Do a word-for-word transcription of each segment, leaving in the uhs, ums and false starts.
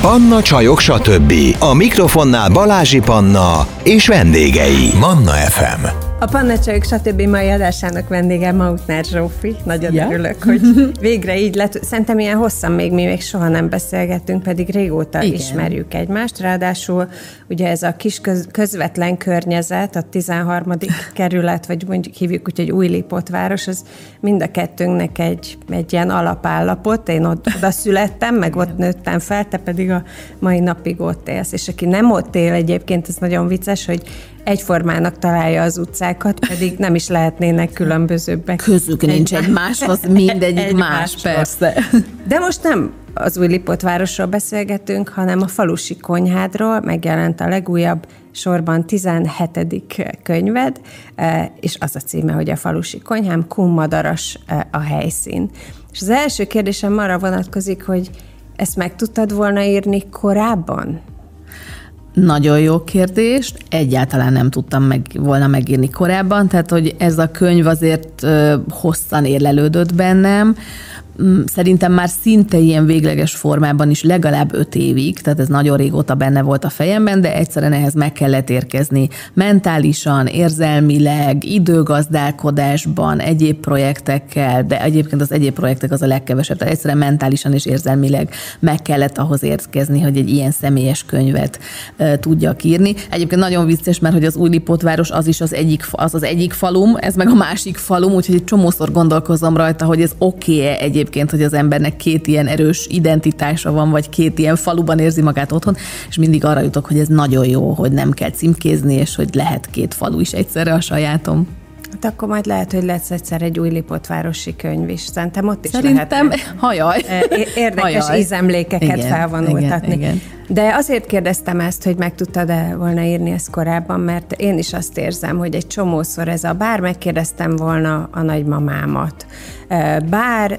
Panna Csajok, stb. A mikrofonnál Balázsi Panna és vendégei. Manna ef em. A Panna Csajok, stb. Mai adásának vendége Mautner Zsófi. Nagyon ja. örülök, hogy végre így lett. Szerintem ilyen hosszan még mi még soha nem beszélgettünk, pedig régóta Igen. ismerjük egymást. Ráadásul ugye ez a kis köz, közvetlen környezet, a tizenharmadik kerület, vagy mondjuk hívjuk úgy, hogy Újlipótváros, az mind a kettőnknek egy, egy ilyen alapállapot. Én ott oda születtem, meg ott nőttem fel, te pedig a mai napig ott élsz. És aki nem ott él egyébként, ez nagyon vicces, hogy egyformának találja az utcákat, pedig nem is lehetnének különbözőbbek. Közük nincs egymáshoz, mindegyik egy más, máshoz. Persze. De most nem az Újlipótvárosról beszélgetünk, hanem a falusi konyhádról. Megjelent a legújabb sorban tizenhetedik könyved, és az a címe, hogy a falusi konyhám, Kunmadaras a helyszín. És az első kérdésem arra vonatkozik, hogy ezt meg tudtad volna írni korábban? Nagyon jó kérdés. Egyáltalán nem tudtam meg, volna megírni korábban, tehát hogy ez a könyv azért ö, hosszan érlelődött bennem. Szerintem már szinte ilyen végleges formában is legalább öt évig, tehát ez nagyon régóta benne volt a fejemben, de egyszerűen ehhez meg kellett érkezni mentálisan, érzelmileg, időgazdálkodásban, egyéb projektekkel, de egyébként az egyéb projektek az a legkevesebb, tehát egyszerűen mentálisan és érzelmileg meg kellett ahhoz érkezni, hogy egy ilyen személyes könyvet uh, tudjak írni. Egyébként nagyon vicces, mert hogy az Újlipótváros az is az egyik, az az egyik falum, ez meg a másik falum, úgyhogy egy csomószor gondolkozom rajta, hogy ez oké-e egyébként, Egyébként, hogy az embernek két ilyen erős identitása van, vagy két ilyen faluban érzi magát otthon, és mindig arra jutok, hogy ez nagyon jó, hogy nem kell címkézni, és hogy lehet két falu is egyszerre a sajátom. Hát akkor majd lehet, hogy lesz egyszer egy Újlipótvárosi könyv is. Szerintem ott is Szerintem, lehet. hajaj. Érdekes hajaj. ízemlékeket igen, felvonultatni. Igen, igen. De azért kérdeztem ezt, hogy meg tudtad-e volna írni ezt korábban, mert én is azt érzem, hogy egy csomószor ez a bár megkérdeztem volna a nagymamámat, bár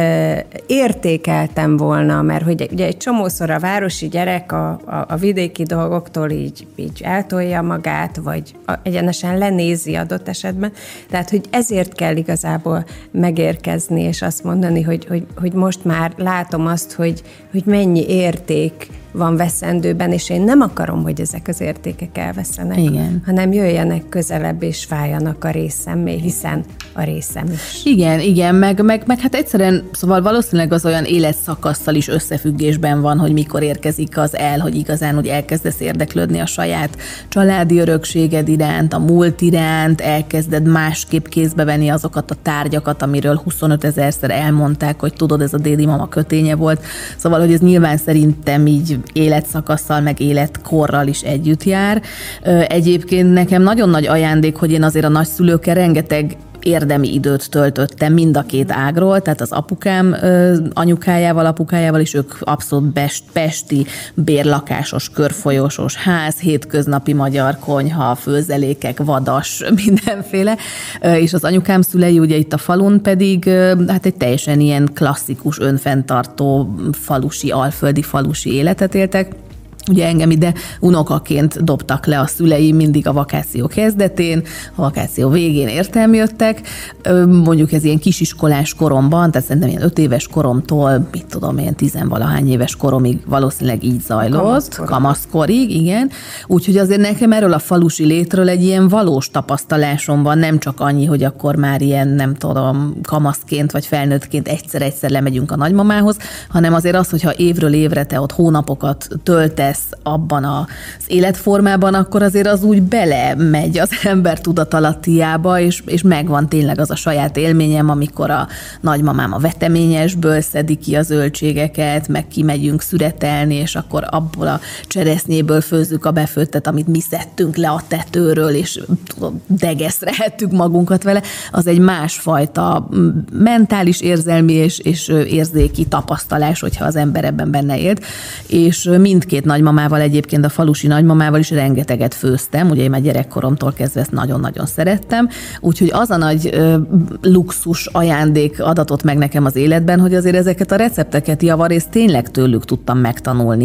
értékeltem volna, mert hogy ugye egy csomószor a városi gyerek a, a, a vidéki dolgoktól így, így eltolja magát, vagy egyenesen lenézi adott esetben. Tehát, hogy ezért kell igazából megérkezni, és azt mondani, hogy, hogy, hogy most már látom azt, hogy, hogy mennyi érték van veszendőben, és én nem akarom, hogy ezek az értékek elveszenek, Igen. hanem jöjjenek közelebb, és fájjanak a részemmé, hiszen a részem is. Igen, igen, meg, meg, meg hát egyszerűen, szóval valószínűleg az olyan életszakasszal is összefüggésben van, hogy mikor érkezik az el, hogy igazán úgy elkezdesz érdeklődni a saját családi örökséged iránt, a múlt iránt, elkezded másképp kézbe venni azokat a tárgyakat, amiről huszonötezerszer elmondták, hogy tudod, ez a dédi mama köténye volt. Szóval, hogy ez nyilván szerintem így életszakasszal, meg életkorral is együtt jár. Egyébként nekem nagyon nagy ajándék, hogy én azért a nagyszülőkkel rengeteg érdemi időt töltöttem mind a két ágról, tehát az apukám anyukájával, apukájával is, ők abszolút best, pesti, bérlakásos, körfolyosos ház, hétköznapi magyar konyha, főzelékek, vadas, mindenféle, és az anyukám szülei ugye itt a falun pedig hát egy teljesen ilyen klasszikus, önfenntartó falusi, alföldi falusi életet éltek. Ugye engem ide unokaként dobtak le a szüleim mindig a vakáció kezdetén, a vakáció végén értem jöttek. Mondjuk ez ilyen kisiskolás koromban, tehát szerintem ilyen öt éves koromtól, mit tudom, ilyen tizenvalahány éves koromig valószínűleg így zajlott, kamaszkorig, kamaszkorig, igen. Úgyhogy azért nekem erről a falusi létről egy ilyen valós tapasztalásom van, nem csak annyi, hogy akkor már ilyen, nem tudom, kamaszként vagy felnőttként egyszer-egyszer lemegyünk a nagymamához, hanem azért az, hogyha évről évre te ott hónapokat töltesz abban az életformában, akkor azért az úgy belemegy az ember tudatalattiába, és, és megvan tényleg az a saját élményem, amikor a nagymamám a veteményesből szedi ki a zöldségeket, meg kimegyünk szüretelni, és akkor abból a cseresznyéből főzzük a befőttet, amit mi szedtünk le a tetőről, és degeszrehettük magunkat vele. Az egy másfajta mentális, érzelmi és, és érzéki tapasztalás, hogyha az ember ebben benne élt. És mindkét nagymamával, egyébként a falusi nagymamával is rengeteget főztem, ugye én már gyerekkoromtól kezdve ezt nagyon-nagyon szerettem, úgyhogy az a nagy ö, luxus ajándék adatott meg nekem az életben, hogy azért ezeket a recepteket javarészt tényleg tőlük tudtam megtanulni,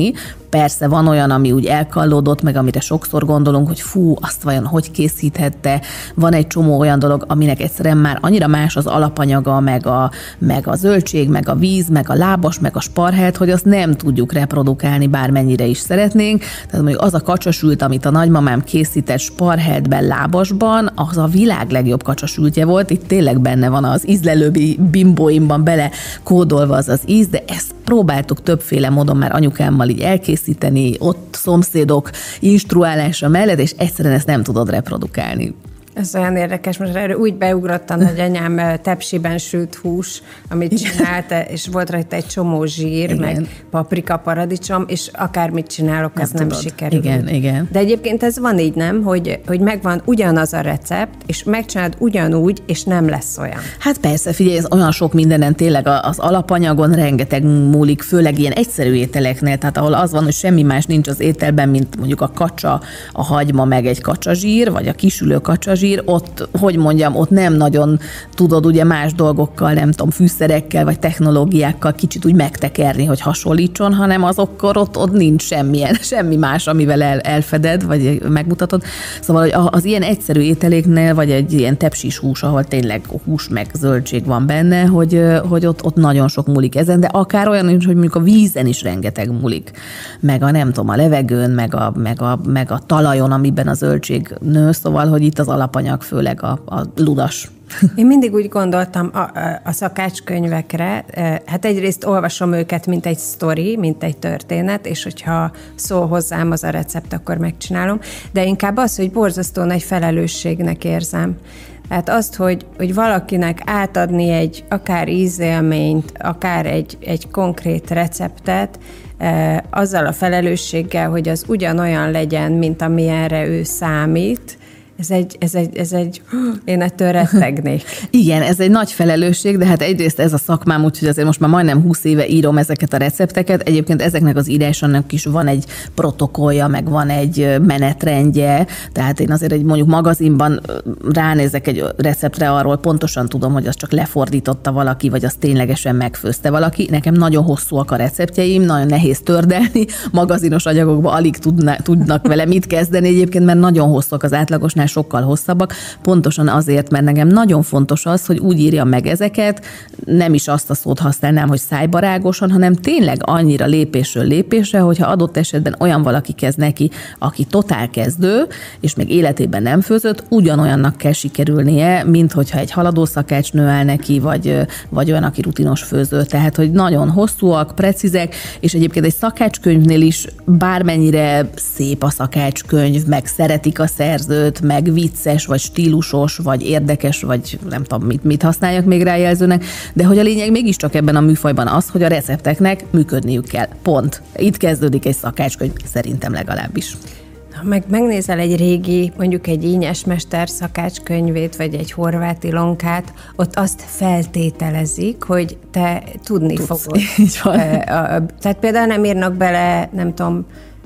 Persze van olyan, ami úgy elkallódott, meg amire sokszor gondolunk, hogy fú, azt vajon hogy készíthette. Van egy csomó olyan dolog, aminek egyszerűen már annyira más az alapanyaga, meg a, meg a zöldség, meg a víz, meg a lábas, meg a sparhelt, hogy azt nem tudjuk reprodukálni, bármennyire is szeretnénk. Tehát mondjuk az a kacsasült, amit a nagymamám készített sparheltben, lábasban, az a világ legjobb kacsasültje volt. Itt tényleg benne van az ízlelőbi bimbóimban bele kódolva az az íz, de ezt próbáltuk többféle módon már anyukámmal így elkészíteni, ott szomszédok instruálása mellett, és egyszerűen ezt nem tudod reprodukálni. Ez olyan érdekes, most erre úgy beugrottam, hogy anyám tepsiben sült hús, amit csinált, és volt rajta egy csomó zsír, igen. meg paprika, paradicsom, és akármit csinálok, az nem, nem sikerül. Igen, igen. De egyébként ez van így, nem? Hogy, hogy megvan ugyanaz a recept, és megcsinálod ugyanúgy, és nem lesz olyan. Hát persze, figyelj, ez olyan sok mindenen tényleg az alapanyagon rengeteg múlik, főleg ilyen egyszerű ételeknél, tehát ahol az van, hogy semmi más nincs az ételben, mint mondjuk a kacsa, a hagyma, meg egy kacsazsír, vagy a kisülő kacsazsír, zsír, ott, hogy mondjam, ott nem nagyon tudod ugye más dolgokkal, nem tudom, fűszerekkel vagy technológiákkal kicsit úgy megtekerni, hogy hasonlítson, hanem azokkor ott, ott nincs semmilyen, semmi más, amivel el, elfeded, vagy megmutatod. Szóval hogy az ilyen egyszerű ételéknél, vagy egy ilyen tepsis hús, ahol tényleg hús meg zöldség van benne, hogy, hogy ott, ott nagyon sok múlik ezen, de akár olyan is, hogy mondjuk a vízen is rengeteg múlik. Meg a nem tudom, a levegőn, meg a, meg a, meg a talajon, amiben a zöldség nő, szóval, hogy itt az alapanyag, főleg a, a ludas. Én mindig úgy gondoltam a, a, a szakácskönyvekre, hát egyrészt olvasom őket, mint egy sztori, mint egy történet, és hogyha szól hozzám az a recept, akkor megcsinálom, de inkább az, hogy borzasztó nagy felelősségnek érzem. Tehát azt, hogy, hogy valakinek átadni egy akár ízélményt, akár egy, egy konkrét receptet, e, azzal a felelősséggel, hogy az ugyanolyan legyen, mint amilyenre ő számít, Ez egy, ez egy, ez egy, én ettől rettegnék. Igen, ez egy nagy felelősség, de hát egyrészt ez a szakmám, úgyhogy azért most már majdnem húsz éve írom ezeket a recepteket. Egyébként ezeknek az írásának is van egy protokollja, meg van egy menetrendje, tehát én azért egy mondjuk magazinban ránézek egy receptre, arról pontosan tudom, hogy azt csak lefordította valaki, vagy azt ténylegesen megfőzte valaki. Nekem nagyon hosszúak a receptjeim, nagyon nehéz tördelni, magazinos anyagokban alig tudna, tudnak vele mit kezdeni egyébként, mert nagyon hosszúak, az átlagosnál sokkal hosszabbak, pontosan azért, mert nekem nagyon fontos az, hogy úgy írjam meg ezeket, nem is azt a szót használnám, hogy szájbarágosan, hanem tényleg annyira lépésről lépésre, hogyha adott esetben olyan valaki kezd neki, aki totál kezdő, és még életében nem főzött, ugyanolyannak kell sikerülnie, mint hogyha egy haladó szakácsnő áll neki, vagy, vagy olyan, aki rutinos főző. Tehát, hogy nagyon hosszúak, precízek, és egyébként egy szakácskönyvnél is bármennyire szép a szakácskönyv, meg szeretik a szerzőt, meg vicces, vagy stílusos, vagy érdekes, vagy nem tudom, mit, mit használjak még rá jelzőnek, de hogy a lényeg mégiscsak ebben a műfajban az, hogy a recepteknek működniük kell. Pont. Itt kezdődik egy szakácskönyv, szerintem legalábbis. Ha meg megnézel egy régi, mondjuk egy Ínyes mester szakácskönyvét, vagy egy Horváth Ilonkát, ott azt feltételezik, hogy te tudni Tudsz. fogod. Így van. Tehát például nem írnak bele, nem tudom,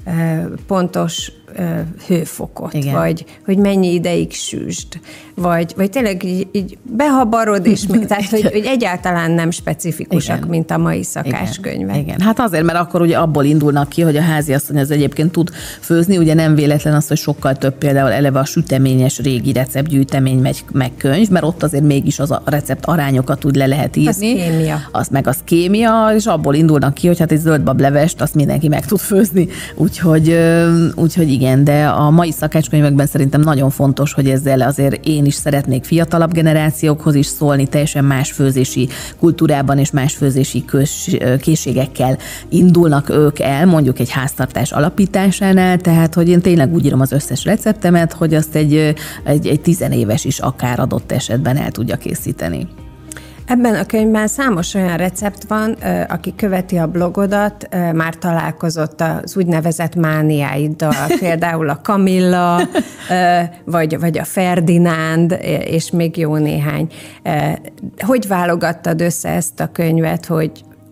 pontos hőfokot, Igen. vagy hogy mennyi ideig süsd, vagy, vagy tényleg így, így behabarod, és még, tehát hogy, hogy egyáltalán nem specifikusak, Igen. mint a mai szakácskönyvek. Igen. Igen. Hát azért, mert akkor ugye abból indulnak ki, hogy a háziasszony az egyébként tud főzni, ugye nem véletlen az, hogy sokkal több például eleve a süteményes régi receptgyűjtemény megy meg könyv, mert ott azért mégis az a recept arányokat úgy le lehet írni. Az kémia. Az meg az kémia, és abból indulnak ki, hogy hát egy zöldbablevest azt mindenki meg tud főzni. Úgyhogy, úgyhogy igen. Igen, de a mai szakácskönyvekben szerintem nagyon fontos, hogy ezzel azért én is szeretnék fiatalabb generációkhoz is szólni, teljesen más főzési kultúrában és más főzési kös, készségekkel indulnak ők el, mondjuk egy háztartás alapításánál, tehát hogy én tényleg úgy írom az összes receptemet, hogy azt egy, egy, egy tizenéves is akár adott esetben el tudja készíteni. Ebben a könyvben számos olyan recept van, aki követi a blogodat, már találkozott az úgynevezett mániáiddal, például a Kamilla, vagy, vagy a Ferdinánd, és még jó néhány. Hogy válogattad össze ezt a könyvet, hogy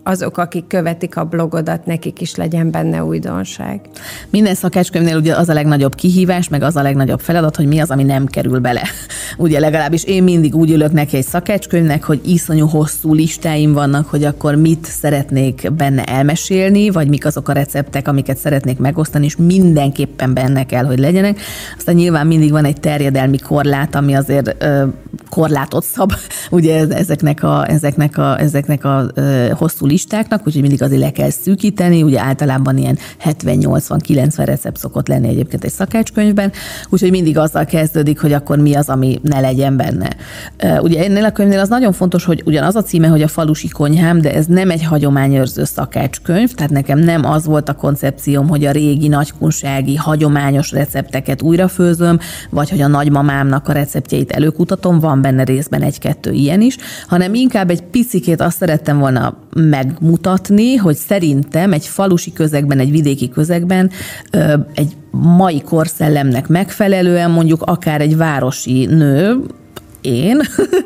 azok, akik követik a blogodat, nekik is legyen benne újdonság. Minden szakácskönyvnél ugye az a legnagyobb kihívás, meg az a legnagyobb feladat, hogy mi az, ami nem kerül bele. Ugye legalábbis én mindig úgy ülök neki egy szakácskönyvnek, hogy iszonyú hosszú listáim vannak, hogy akkor mit szeretnék benne elmesélni, vagy mik azok a receptek, amiket szeretnék megosztani, és mindenképpen benne kell, hogy legyenek. Aztán nyilván mindig van egy terjedelmi korlát, ami azért ö, korlátot szab, ugye ezeknek a, ezeknek a, ezeknek a ö, hosszú listáknak, úgyhogy mindig azért le kell szűkíteni, ugye általában ilyen hetven, nyolcvan, kilencven recept szokott lenni egyébként egy szakácskönyvben, úgyhogy mindig azzal kezdődik, hogy akkor mi az, ami ne legyen benne. Ugye ennél a könyvnél az nagyon fontos, hogy ugyanaz a címe, hogy a falusi konyhám, de ez nem egy hagyományőrző szakácskönyv, tehát nekem nem az volt a koncepcióm, hogy a régi, nagykunsági, hagyományos recepteket újrafőzöm, vagy hogy a nagymamámnak a receptjeit előkutatom, van benne részben egy-kettő ilyen is, hanem inkább egy picikét azt szerettem volna megmutatni, hogy szerintem egy falusi közegben, egy vidéki közegben egy mai korszellemnek megfelelően mondjuk akár egy városi nő, én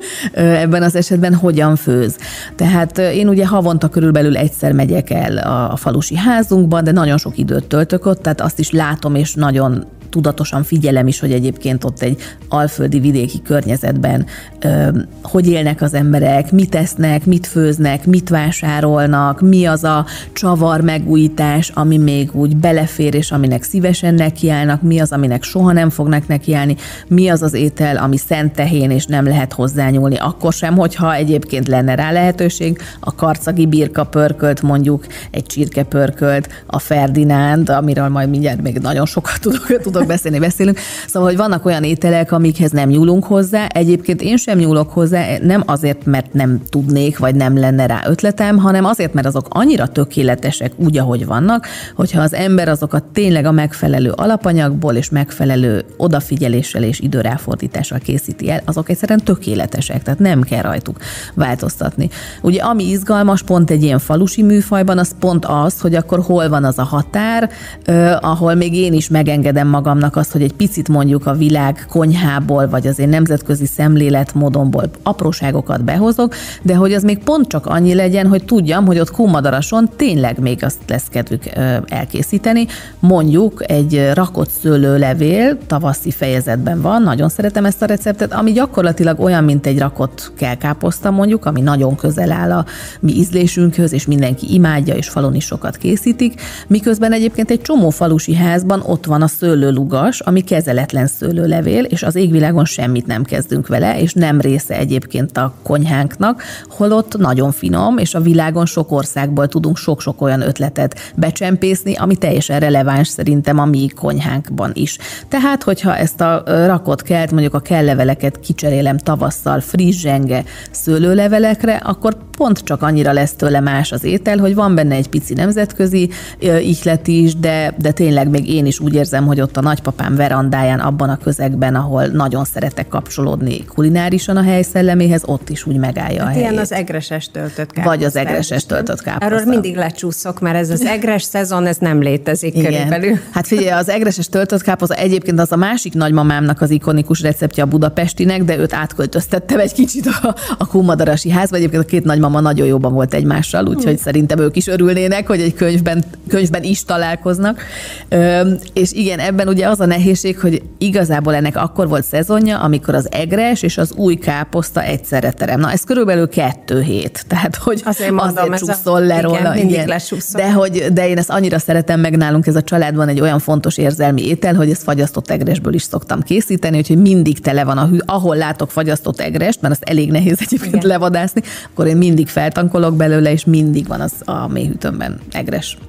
ebben az esetben hogyan főz. Tehát én ugye havonta körülbelül egyszer megyek el a falusi házunkban, de nagyon sok időt töltök ott, tehát azt is látom, és nagyon tudatosan figyelem is, hogy egyébként ott egy alföldi vidéki környezetben ö, hogy élnek az emberek, mit esznek, mit főznek, mit vásárolnak, mi az a csavar megújítás, ami még úgy belefér, és aminek szívesen nekiállnak, mi az, aminek soha nem fognak nekiállni, mi az az étel, ami szent tehén, és nem lehet hozzányúlni, akkor sem, hogyha egyébként lenne rá lehetőség, a karcagi birka pörkölt, mondjuk egy csirke pörkölt, a Ferdinánd, amiről majd mindjárt még nagyon sokat tudok, tudok beszélni, beszélünk. Szóval, hogy vannak olyan ételek, amikhez nem nyúlunk hozzá. Egyébként én sem nyúlok hozzá, nem azért, mert nem tudnék, vagy nem lenne rá ötletem, hanem azért, mert azok annyira tökéletesek úgy, ahogy vannak, hogyha az ember azokat tényleg a megfelelő alapanyagból és megfelelő odafigyeléssel és időráfordítással készíti el, azok egyszerűen tökéletesek, tehát nem kell rajtuk változtatni. Ugye ami izgalmas pont egy ilyen falusi műfajban, az pont az, hogy akkor hol van az a határ, eh, ahol még én is megengedem magamnak azt, hogy egy picit mondjuk a világ konyhából, vagy az én nemzetközi szemléletmódomból apróságokat behozok, de hogy az még pont csak annyi legyen, hogy tudjam, hogy ott Kunmadarason tényleg még azt lesz kedvük elkészíteni. Mondjuk egy rakott szőlőlevél, tavaszi fejezetben van, nagyon szeretem ezt a receptet, ami gyakorlatilag olyan, mint egy rakott kelkáposzta mondjuk, ami nagyon közel áll a mi ízlésünkhöz, és mindenki imádja, és falun is sokat készítik, miközben egyébként egy csomó falusi házban ott van a szőlőlugas, ami kezeletlen szőlőlevél, és az égvilágon semmit nem kezdünk vele, és nem része egyébként a konyhánknak, holott nagyon finom, és a világon sok országból tudunk sok-sok olyan ötletet becsempészni, ami teljesen releváns szerintem a mi konyhánkban is. Tehát, hogyha ezt a rakott kelt, mondjuk a kellleveleket kicserélem tavasszal friss zsenge szőlőlevelekre, akkor pont csak annyira lesz tőle más az étel, hogy van benne egy pici nemzetközi ihlet is, de, de tényleg még én is úgy érzem, hogy ott a nagypapám verandáján, abban a közegben, ahol nagyon szeretek kapcsolódni kulinárisan a hely szelleméhez, ott is úgy megállja hát a helyét. Ilyen az egreses töltött káposzta. Vagy az egreses töltött káposzta. Arról mindig lecsúszok, mert ez az egres szezon, ez nem létezik. Igen. Körülbelül. Hát figyelj, az egreses töltött káposzta egyébként az a másik nagymamámnak az ikonikus receptje a budapestinek, de őt átköltöztettem egy kicsit a, a kunmadarasi házba. Egyébként a két nagymama nagyon jóban volt egymással, úgyhogy hmm. szerintem ők is örülnének, hogy egy könyvben, könyvben is találkoznak. Ö, és igen, ebben ugye az a nehézség, hogy igazából ennek akkor volt szezonja, amikor az egres és az új káposzta egyszerre terem. Na, ez körülbelül kettő hét. Tehát, hogy azért, mondom, azért csúszol le róla. Igen, mindig lesúszol. De, hogy, de én ezt annyira szeretem, meg nálunk ez a családban egy olyan fontos érzelmi étel, hogy ezt fagyasztott egresből is szoktam készíteni, úgyhogy mindig tele van a hű. Ahol látok fagyasztott egrest, mert azt elég nehéz egyébként igen. levadászni, akkor én mindig feltankolok belőle, és mindig van az a mélyhűtőmben egres.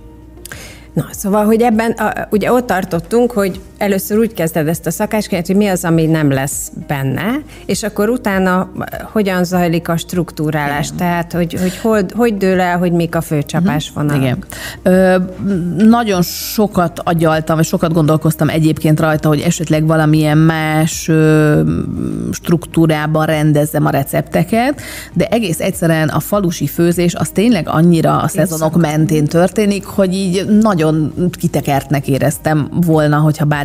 Na, szóval, hogy ebben, a, ugye ott tartottunk, hogy először úgy kezded ezt a szakácskönyvet, hogy mi az, ami nem lesz benne, és akkor utána hogyan zajlik a struktúrálás, igen. tehát, hogy, hogy, hogy hogy dől el, hogy mik a főcsapásvonalak. Igen. Ö, nagyon sokat agyaltam, vagy sokat gondolkoztam egyébként rajta, hogy esetleg valamilyen más ö, struktúrában rendezzem a recepteket, de egész egyszerűen a falusi főzés az tényleg annyira a szezonok mentén történik, hogy így nagyon kitekertnek éreztem volna, hogyha bár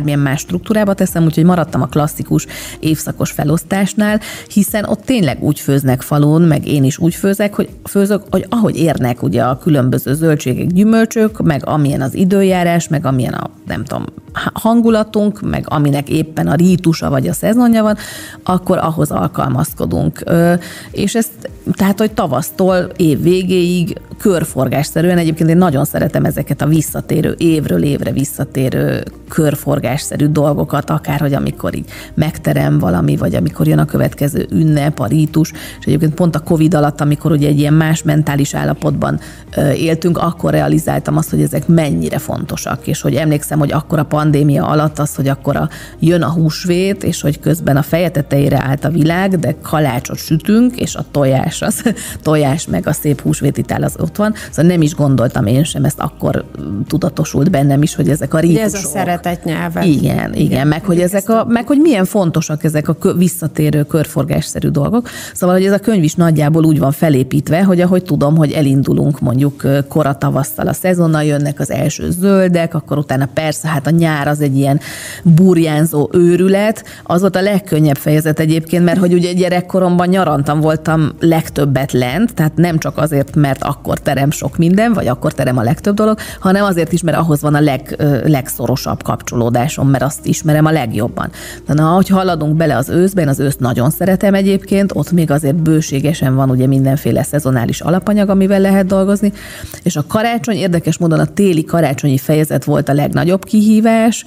bármilyen más struktúrába teszem, úgyhogy maradtam a klasszikus évszakos felosztásnál, hiszen ott tényleg úgy főznek falun, meg én is úgy főzek, hogy főzök, hogy ahogy érnek ugye a különböző zöldségek, gyümölcsök, meg amilyen az időjárás, meg amilyen a, nem tudom, hangulatunk, meg aminek éppen a rítusa vagy a szezonja van, akkor ahhoz alkalmazkodunk. És ezt, tehát, hogy tavasztól év végéig körforgásszerűen, egyébként én nagyon szeretem ezeket a visszatérő, évről évre visszatérő körforgásszerű dolgokat, akárhogy amikor így megterem valami, vagy amikor jön a következő ünnep, a rítus, és egyébként pont a Covid alatt, amikor ugye egy ilyen más mentális állapotban éltünk, akkor realizáltam azt, hogy ezek mennyire fontosak, és hogy emlékszem, hogy akkor a pandémia alatt az, hogy akkor a, jön a húsvét, és hogy közben a feje tetejére állt a világ, de kalácsot sütünk, és a tojás, az tojás meg a szép húsvétitál az ott van. Szóval nem is gondoltam én sem, ezt akkor tudatosult bennem is, hogy ezek a rítusok. Ez a szeretet nyelve. Igen, igen, igen, meg hogy, ezek a, meg hogy milyen fontosak ezek a visszatérő, körforgásszerű dolgok. Szóval, hogy ez a könyv is nagyjából úgy van felépítve, hogy ahogy tudom, hogy elindulunk mondjuk kora tavasszal a szezonnal, jönnek az első zöldek, akkor utána persze, hát a nyár az egy ilyen burjánzó őrület. Az volt a legkönnyebb fejezet egyébként, mert hogy ugye gyerekkoromban nyarantam voltam legtöbbet lent, tehát nem csak azért, mert akkor terem sok minden, vagy akkor terem a legtöbb dolog, hanem azért is, mert ahhoz van a leg, legszorosabb kapcsolódásom, mert azt ismerem a legjobban. De na, ahogy haladunk bele az őszben, az őszt nagyon szeretem egyébként, ott még azért bőségesen van ugye mindenféle szezonális alapanyag, amivel lehet dolgozni, és a karácsony, érdekes módon a téli karácsonyi fejezet volt a legnagyobb kihívás,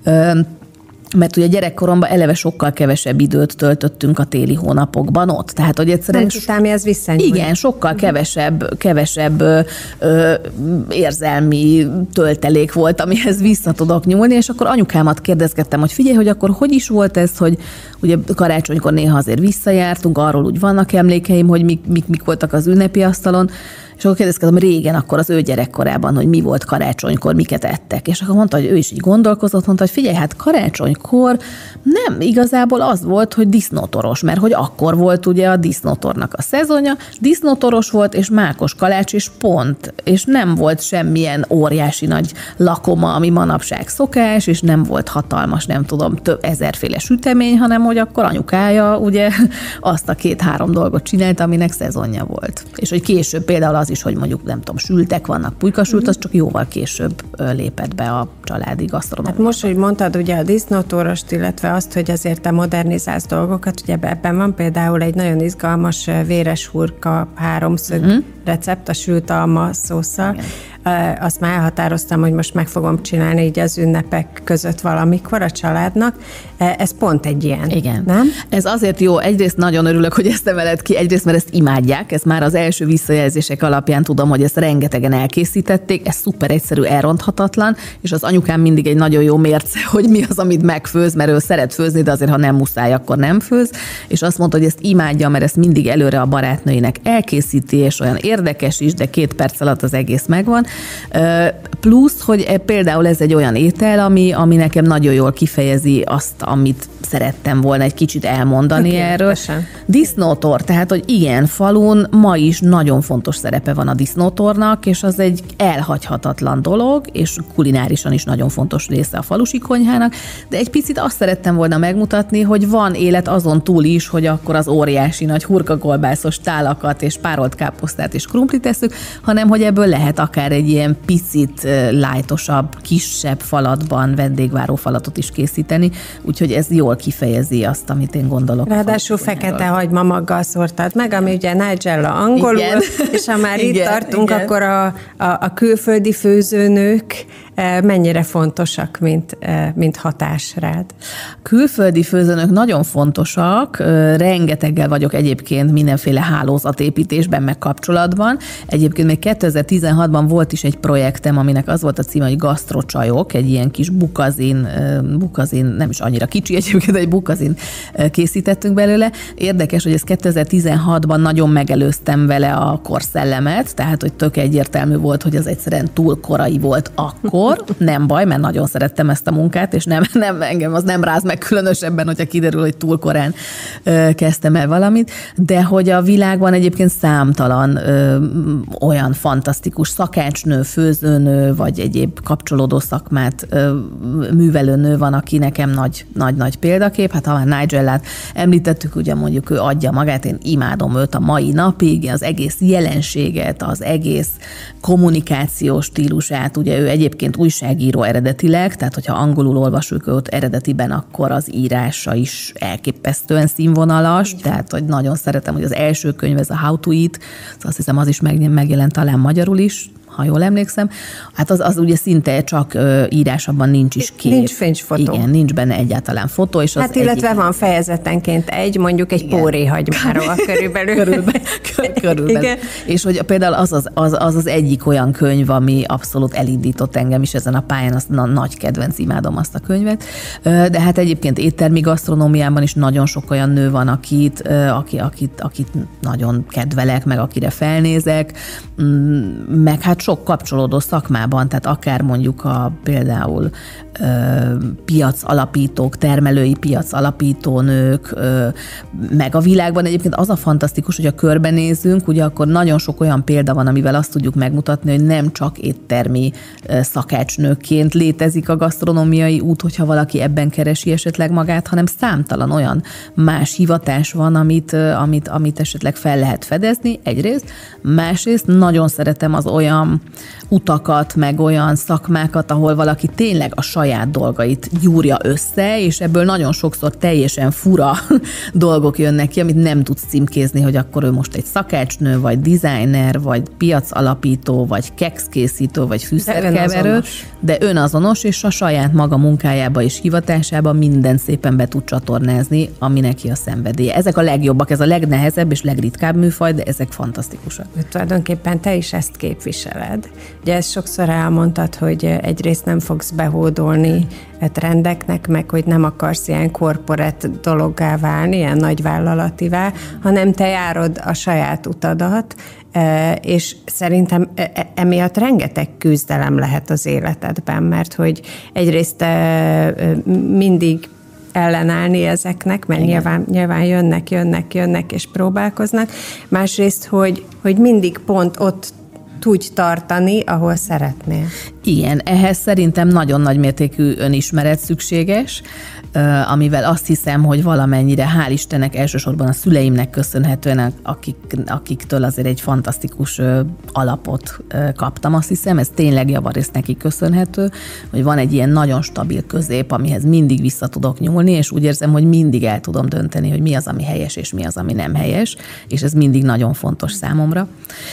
mert ugye gyerekkoromban eleve sokkal kevesebb időt töltöttünk a téli hónapokban ott. Tehát, hogy egyszerűen... Nem tudtam, ez visszanyúl. Igen, sokkal kevesebb, kevesebb ö, ö, érzelmi töltelék volt, amihez vissza tudok nyúlni, és akkor anyukámat kérdezgettem, hogy figyelj, hogy akkor hogy is volt ez, hogy ugye karácsonykor néha azért visszajártunk, arról úgy vannak emlékeim, hogy mik, mik, mik voltak az ünnepi asztalon, és akkor kérdezkedem régen, akkor az ő gyerekkorában, hogy mi volt karácsonykor, miket ettek. És akkor mondta, hogy ő is így gondolkozott, mondta, hogy figyelj, hát karácsonykor nem igazából az volt, hogy disznótoros, mert hogy akkor volt ugye a disznótornak a szezonja, disznótoros volt, és mákos kalács, és pont. És nem volt semmilyen óriási nagy lakoma, ami manapság szokás, és nem volt hatalmas, nem tudom, több ezerféle sütemény, hanem hogy akkor anyukája ugye azt a két-három dolgot csinált, aminek szezonja volt. És hogy később például az is, hogy mondjuk nem tudom, sültek vannak, pulykasült, az csak jóval később lépett be a családi gasztronómiába. Hát most, hogy mondtad ugye a disznótorost, illetve azt, hogy azért te modernizálsz dolgokat, ugye ebben van például egy nagyon izgalmas véres hurka háromszög uh-huh. recept a sült alma szósszal. Igen. Azt már elhatároztam, hogy most meg fogom csinálni így az ünnepek között valamikor a családnak. Ez pont egy ilyen. Igen. Nem? Ez azért jó. Egyrészt nagyon örülök, hogy ezt emeled ki, egyrészt, mert ezt imádják. Ez már az első visszajelzések alapján tudom, hogy ezt rengetegen elkészítették. Ez szuper egyszerű, elronthatatlan, és az anyukám mindig egy nagyon jó mérce, hogy mi az, amit megfőz, mert ő szeret főzni, de azért, ha nem muszáj, akkor nem főz. És azt mondta, hogy ezt imádja, mert ezt mindig előre a barátnőinek elkészíti, és olyan érdekes is, de két perc alatt az egész megvan. Plusz, hogy például ez egy olyan étel, ami, ami nekem nagyon jól kifejezi azt, amit szerettem volna egy kicsit elmondani okay, erről. Köszön. Disznótor, tehát, hogy igen, falun ma is nagyon fontos szerepe van a disznótornak, és az egy elhagyhatatlan dolog, és kulinárisan is nagyon fontos része a falusi konyhának, de egy picit azt szerettem volna megmutatni, hogy van élet azon túl is, hogy akkor az óriási nagy hurkakolbászos tálakat és párolt káposztát és krumplit tesszük, hanem hogy ebből lehet akár egy ilyen picit lájtosabb, kisebb falatban vendégváró falatot is készíteni, úgyhogy ez jól kifejezi azt, amit én gondolok. Ráadásul fekete hagyma maggal szórtad meg, ami ugye Nigella angolul, igen. És ha már igen, itt tartunk, igen. Akkor a, a, a külföldi főzőnők mennyire fontosak, mint, mint hatás rád? Külföldi főzőnök nagyon fontosak, rengeteggel vagyok egyébként mindenféle hálózatépítésben, meg kapcsolatban. Egyébként még kétezer-tizenhatban volt is egy projektem, aminek az volt a címe, hogy gasztrocsajok, egy ilyen kis bukazin, bukazin, nem is annyira kicsi egyébként, egy bukazin készítettünk belőle. Érdekes, hogy ezt kétezer-tizenhatban nagyon megelőztem vele a korszellemet, tehát hogy tök egyértelmű volt, hogy az egyszerűen túl korai volt akkor, humor, nem baj, mert nagyon szerettem ezt a munkát, és nem, nem engem az nem ráz meg különösebben, hogyha kiderül, hogy túl korán ö, kezdtem el valamit, de hogy a világban egyébként számtalan ö, olyan fantasztikus szakácsnő, főzőnő, vagy egyéb kapcsolódó szakmát ö, művelő nő van, aki nekem nagy, nagy, nagy példakép. Hát ha már Nigellát említettük, ugye mondjuk ő adja magát, én imádom őt a mai napig, az egész jelenséget, az egész kommunikációs stílusát, ugye ő egyébként újságíró eredetileg, tehát hogyha angolul olvasjuk őt eredetiben, akkor az írása is elképesztően színvonalas, tehát hogy nagyon szeretem, hogy az első könyv, ez a How to Eat, azt hiszem az is megjelent talán magyarul is, ha jól emlékszem, hát az, az ugye szinte csak ö, írásabban nincs is kép. Nincs fényfotó. Igen, nincs benne egyáltalán fotó. És az hát illetve egyik... van fejezetenként egy, mondjuk egy póréhagymáról körülbelül. körülbelül. körülbelül. Igen. És hogy például az az, az az az egyik olyan könyv, ami abszolút elindított engem is ezen a pályán, azt na, nagy kedvenc, imádom azt a könyvet. De hát egyébként éttermi gasztronómiában is nagyon sok olyan nő van, akit, aki, akit, akit nagyon kedvelek, meg akire felnézek, meg hát sok kapcsolódó szakmában, tehát akár mondjuk a például ö, piac alapítók, termelői piac alapító nők, ö, meg a világban egyébként az a fantasztikus, hogy a körbenézünk, ugye akkor nagyon sok olyan példa van, amivel azt tudjuk megmutatni, hogy nem csak éttermi ö, szakácsnőként létezik a gasztronómiai út, hogyha valaki ebben keresi esetleg magát, hanem számtalan olyan más hivatás van, amit, ö, amit, amit esetleg fel lehet fedezni, egyrészt, másrészt nagyon szeretem az olyan utakat, meg olyan szakmákat, ahol valaki tényleg a saját dolgait gyúrja össze, és ebből nagyon sokszor teljesen fura dolgok jönnek ki, amit nem tudsz címkézni, hogy akkor ő most egy szakácsnő, vagy designer, vagy piacalapító, vagy kekszkészítő, vagy fűszerkeverő, de, de önazonos, és a saját maga munkájába és hivatásába mindent szépen be tud csatornázni, ami neki a szenvedélye. Ezek a legjobbak, ez a legnehezebb és legritkább műfaj, de ezek fantasztikusak. Tulajdonképpen te is ezt képviseled. Ugye ezt sokszor elmondtad, hogy egyrészt nem fogsz behódolni trendeknek, meg hogy nem akarsz ilyen korporát dologgá válni, ilyen nagyvállalativá, hanem te járod a saját utadat, és szerintem emiatt rengeteg küzdelem lehet az életedben, mert hogy egyrészt mindig ellenállni ezeknek, mert nyilván, nyilván jönnek, jönnek, jönnek és próbálkoznak. Másrészt, hogy, hogy mindig pont ott tudj tartani, ahol szeretnél. Igen, ehhez szerintem nagyon nagy mértékű önismeret szükséges, amivel azt hiszem, hogy valamennyire, hál' Istennek, elsősorban a szüleimnek köszönhetően, akik, akiktől azért egy fantasztikus alapot kaptam, azt hiszem, ez tényleg javarészt neki köszönhető, hogy van egy ilyen nagyon stabil közép, amihez mindig vissza tudok nyúlni, és úgy érzem, hogy mindig el tudom dönteni, hogy mi az, ami helyes, és mi az, ami nem helyes, és ez mindig nagyon fontos számomra.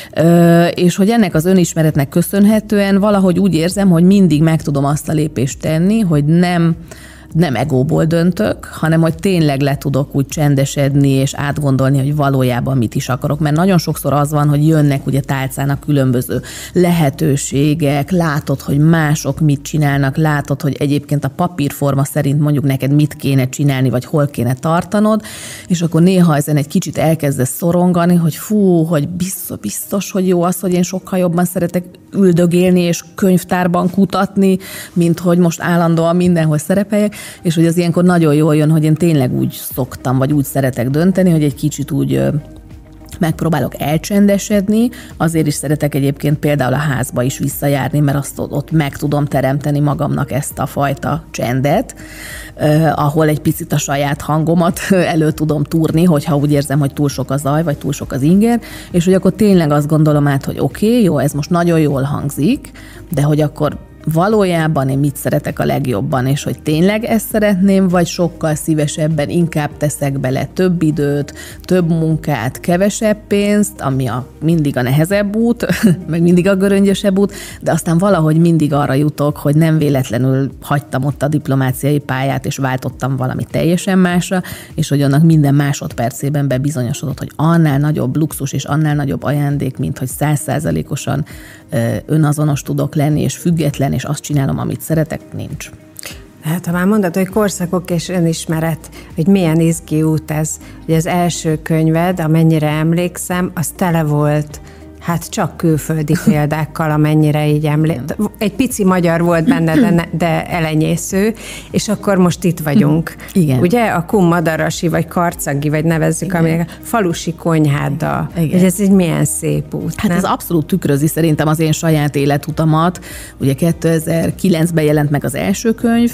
És hogy ennek az önismeretnek köszönhetően valahogy úgy érzem, hogy mindig meg tudom azt a lépést tenni, hogy nem nem egóból döntök, hanem hogy tényleg le tudok úgy csendesedni és átgondolni, hogy valójában mit is akarok. Mert nagyon sokszor az van, hogy jönnek ugye tálcának különböző lehetőségek, látod, hogy mások mit csinálnak, látod, hogy egyébként a papírforma szerint mondjuk neked mit kéne csinálni, vagy hol kéne tartanod, és akkor néha ezen egy kicsit elkezdesz szorongani, hogy fú, hogy biztos, biztos, hogy jó az, hogy én sokkal jobban szeretek üldögélni és könyvtárban kutatni, mint hogy most állandóan mindenhol szerepeljek, és hogy az ilyenkor nagyon jól jön, hogy én tényleg úgy szoktam, vagy úgy szeretek dönteni, hogy egy kicsit úgy megpróbálok elcsendesedni, azért is szeretek egyébként például a házba is visszajárni, mert azt ott meg tudom teremteni magamnak ezt a fajta csendet, eh, ahol egy picit a saját hangomat elő tudom túrni, hogyha úgy érzem, hogy túl sok a zaj, vagy túl sok az inger, és hogy akkor tényleg azt gondolom át, hogy oké, okay, jó, ez most nagyon jól hangzik, de hogy akkor valójában én mit szeretek a legjobban, és hogy tényleg ezt szeretném, vagy sokkal szívesebben inkább teszek bele több időt, több munkát, kevesebb pénzt, ami a, mindig a nehezebb út, meg mindig a göröngyösebb út, de aztán valahogy mindig arra jutok, hogy nem véletlenül hagytam ott a diplomáciai pályát, és váltottam valami teljesen másra, és hogy annak minden másodpercében bebizonyosodott, hogy annál nagyobb luxus és annál nagyobb ajándék, mint hogy száz százalékosan önazonos tudok lenni, és független, és azt csinálom, amit szeretek, nincs. Hát ha már mondod, hogy korszakok és önismeret, hogy milyen izgi út ez, hogy az első könyved, amennyire emlékszem, az tele volt Hát csak külföldi példákkal, amennyire így említ. Egy pici magyar volt benne, de, ne, de elenyésző, és akkor most itt vagyunk. Igen. Ugye a Kunmadarasi, vagy Karcagi, vagy nevezzük, ami falusi konyháddal. Hogy ez egy milyen szép út. Hát nem? ez abszolút tükrözi szerintem az én saját életutamat. Ugye kétezer-kilencben jelent meg az első könyv,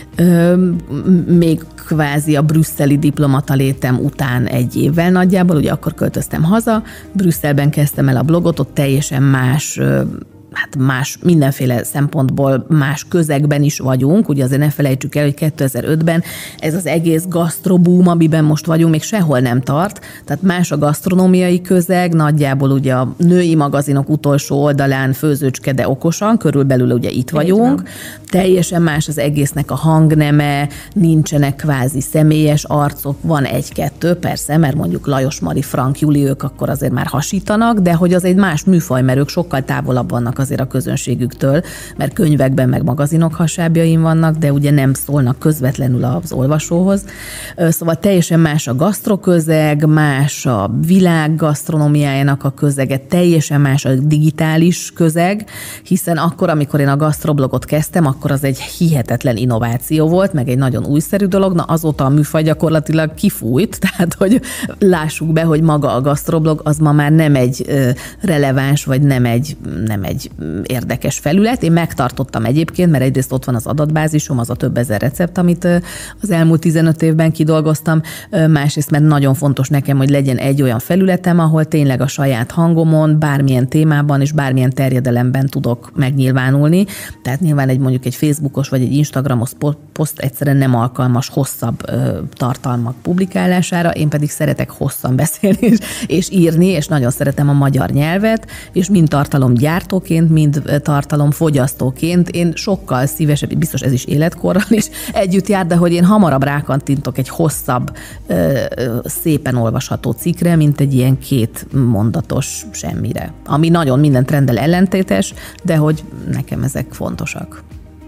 még kvázi a brüsszeli diplomata létem után egy évvel nagyjából, ugye akkor költöztem haza, Brüsszelben kezdtem el a blogot, ott teljesen más, hát más, mindenféle szempontból más közegben is vagyunk, ugye azért ne felejtsük el, hogy kétezer-ötben ez az egész gasztrobúm, amiben most vagyunk, még sehol nem tart, tehát más a gasztronómiai közeg, nagyjából ugye a női magazinok utolsó oldalán Főzőcske, de okosan, körülbelül ugye itt vagyunk, teljesen más az egésznek a hangneme, nincsenek kvázi személyes arcok, van egy-kettő, persze, mert mondjuk Lajos Mari, Frank Juli, ők akkor azért már hasítanak, de hogy az egy más műfaj, mert ők sokkal távolabb vannak azért a közönségüktől, mert könyvekben meg magazinok hasábjain vannak, de ugye nem szólnak közvetlenül az olvasóhoz. Szóval teljesen más a gasztroközeg, más a világ gasztronómiájának a közege, teljesen más a digitális közeg, hiszen akkor, amikor én a gasztroblogot kezdtem, akkor az egy hihetetlen innováció volt, meg egy nagyon újszerű dolog, na azóta a műfaj gyakorlatilag kifújt, tehát hogy lássuk be, hogy maga a gasztroblog az ma már nem egy releváns, vagy nem egy, nem egy érdekes felület. Én megtartottam egyébként, mert egyrészt ott van az adatbázisom, az a több ezer recept, amit az elmúlt tizenöt évben kidolgoztam, másrészt mert nagyon fontos nekem, hogy legyen egy olyan felületem, ahol tényleg a saját hangomon, bármilyen témában és bármilyen terjedelemben tudok megnyilvánulni. Tehát nyilván egy mondjuk egy Facebookos vagy egy Instagramos poszt egyszerűen nem alkalmas hosszabb ö, tartalmak publikálására, én pedig szeretek hosszan beszélni és, és írni, és nagyon szeretem a magyar nyelvet, és mind tartalomgyártóként, mind tartalomfogyasztóként én sokkal szívesebb, biztos ez is életkorral is együtt jár, de hogy én hamarabb rákantintok egy hosszabb, ö, ö, szépen olvasható cikkre, mint egy ilyen két mondatos semmire. Ami nagyon minden trenddel ellentétes, de hogy nekem ezek fontosak.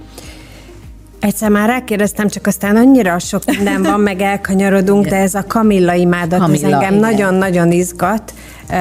Egyszer már rákérdeztem, csak aztán annyira sok minden van, meg elkanyarodunk, de ez a Kamilla imádat, Kamilla, ez engem nagyon-nagyon izgat.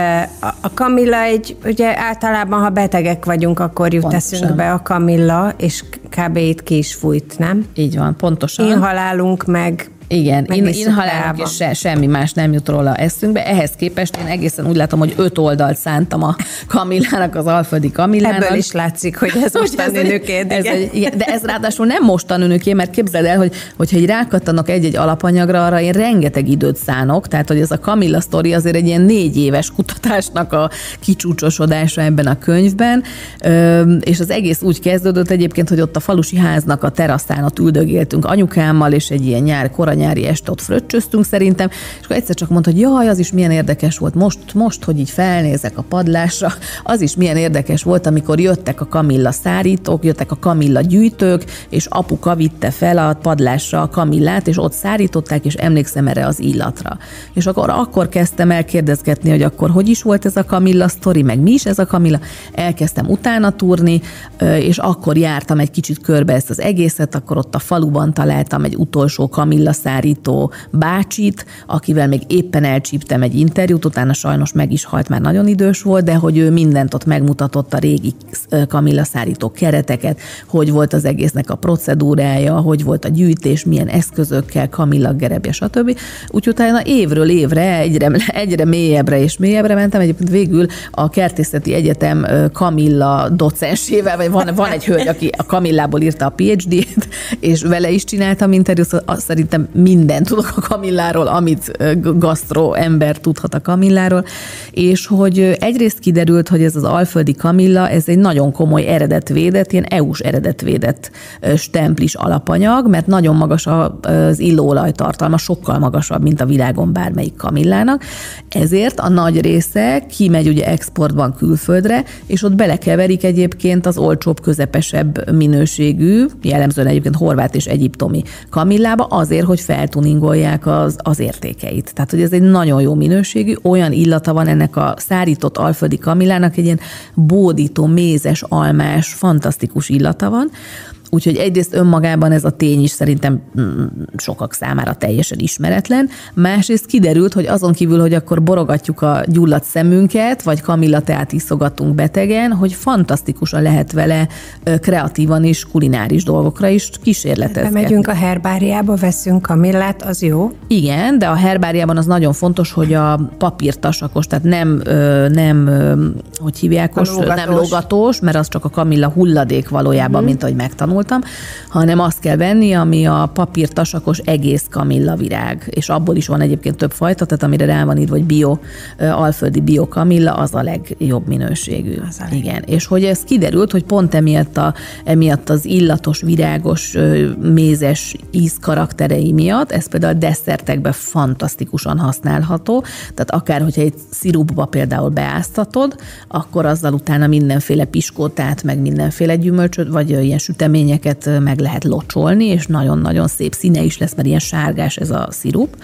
A Kamilla egy, ugye általában, ha betegek vagyunk, akkor jut pontosan eszünkbe a Kamilla, és kb. Itt ki is fújt, nem? Így van, pontosan. Én halálunk meg. Igen, én, én halálunk és se, semmi más nem jut róla eszünkbe. Ehhez képest én egészen úgy látom, hogy öt oldalt szántam a Kamillának, az Alföldi Kamillának. Ebből is látszik, hogy ez mostanünöké. De ez ráadásul nem mostanünöké, mert képzeld el, hogy, hogyha így rákattanok egy-egy alapanyagra, arra én rengeteg időt szánok, tehát hogy ez a Kamilla sztori azért egy ilyen négy éves kutatásnak a kicsúcsosodása ebben a könyvben, és az egész úgy kezdődött egyébként, hogy ott a falusi háznak a teraszán ott üldögéltünk anyukámmal, és egy ilyen nyár, koranyári este ott fröccsöztünk szerintem, és akkor egyszer csak mondta, hogy jaj, az is milyen érdekes volt, most, most, hogy így felnézek a padlásra, az is milyen érdekes volt, amikor jöttek a Kamilla szárítók, jöttek a Kamilla gyűjtők, és apuka vitte fel a padlásra a Kamillát, és ott szárították, és emlékszem erre az illatra. És akkor, akkor kezdtem el kérdezgetni, hogy akkor hogy is volt ez a Kamilla sztori, meg mi is ez a Kamilla. Elkezdtem utána túrni, és akkor jártam egy kicsit körbe ezt az egészet, akkor ott a faluban találtam egy utolsó Kamilla szárító bácsit, akivel még éppen elcsíptem egy interjút, utána sajnos meg is halt, már nagyon idős volt, de hogy ő mindent ott megmutatott, a régi Kamilla szárító kereteket, hogy volt az egésznek a procedúrája, hogy volt a gyűjtés, milyen eszközökkel, Kamilla gerebje, stb. Úgyhogy utána évről évre egyre, egyre mélyebbre és mélyebbre mentem. Egyébként végül a Kertészeti Egyetem Kamilla docensével, vagy van, van egy hölgy, aki a Kamillából írta a PhD-t, és vele is csináltam interjút, szerintem mindent tudok a Kamilláról, amit gasztró ember tudhat a Kamilláról, és hogy egyrészt kiderült, hogy ez az alföldi Kamilla, ez egy nagyon komoly eredetvédett, ilyen é u-s eredetvédett stemplis alapanyag, mert nagyon magas az illóolajtartalma, sokkal magasabb, mint a világon bármelyik Kamillának, ezért a nagy része kimegy ugye exportban külföldre, és ott belekeverik egyébként az olcsóbb, közepesebb minőségű, jellemzően egyébként horvát és egyiptomi Kamillába, azért, hogy feltuningolják az, az értékeit. Tehát, hogy ez egy nagyon jó minőségű, olyan illata van ennek a szárított alföldi Kamillának, egy ilyen bódító, mézes, almás, fantasztikus illata van. Úgyhogy egyrészt önmagában ez a tény is szerintem sokak számára teljesen ismeretlen. Másrészt kiderült, hogy azon kívül, hogy akkor borogatjuk a gyulladt szemünket, vagy kamillateát iszogatunk betegen, hogy fantasztikusan lehet vele kreatívan is, kulináris dolgokra is kísérletezgetni. Bemegyünk a herbáriába, veszünk kamillát, az jó? Igen, de a herbáriában az nagyon fontos, hogy a papírtasakos, tehát nem, nem hogy hívják, lógatós. nem lógatós, mert az csak a kamilla hulladék valójában, mm. mint ahogy megtanultam, hanem azt kell venni, ami a papírtasakos egész kamillavirág, és abból is van egyébként több fajta, tehát amire rá van írva, hogy bio, alföldi bio kamilla, az a legjobb minőségű. Az a igen, és hogy ez kiderült, hogy pont emiatt, a, emiatt az illatos, virágos, mézes íz karakterei miatt, ez például a desszertekben fantasztikusan használható, tehát akár, hogyha egy szirupba például beáztatod, akkor azzal utána mindenféle piskótát, meg mindenféle gyümölcsöt, vagy ilyen süteményeket meg lehet locsolni, és nagyon-nagyon szép színe is lesz, mert ilyen sárgás ez a szirup.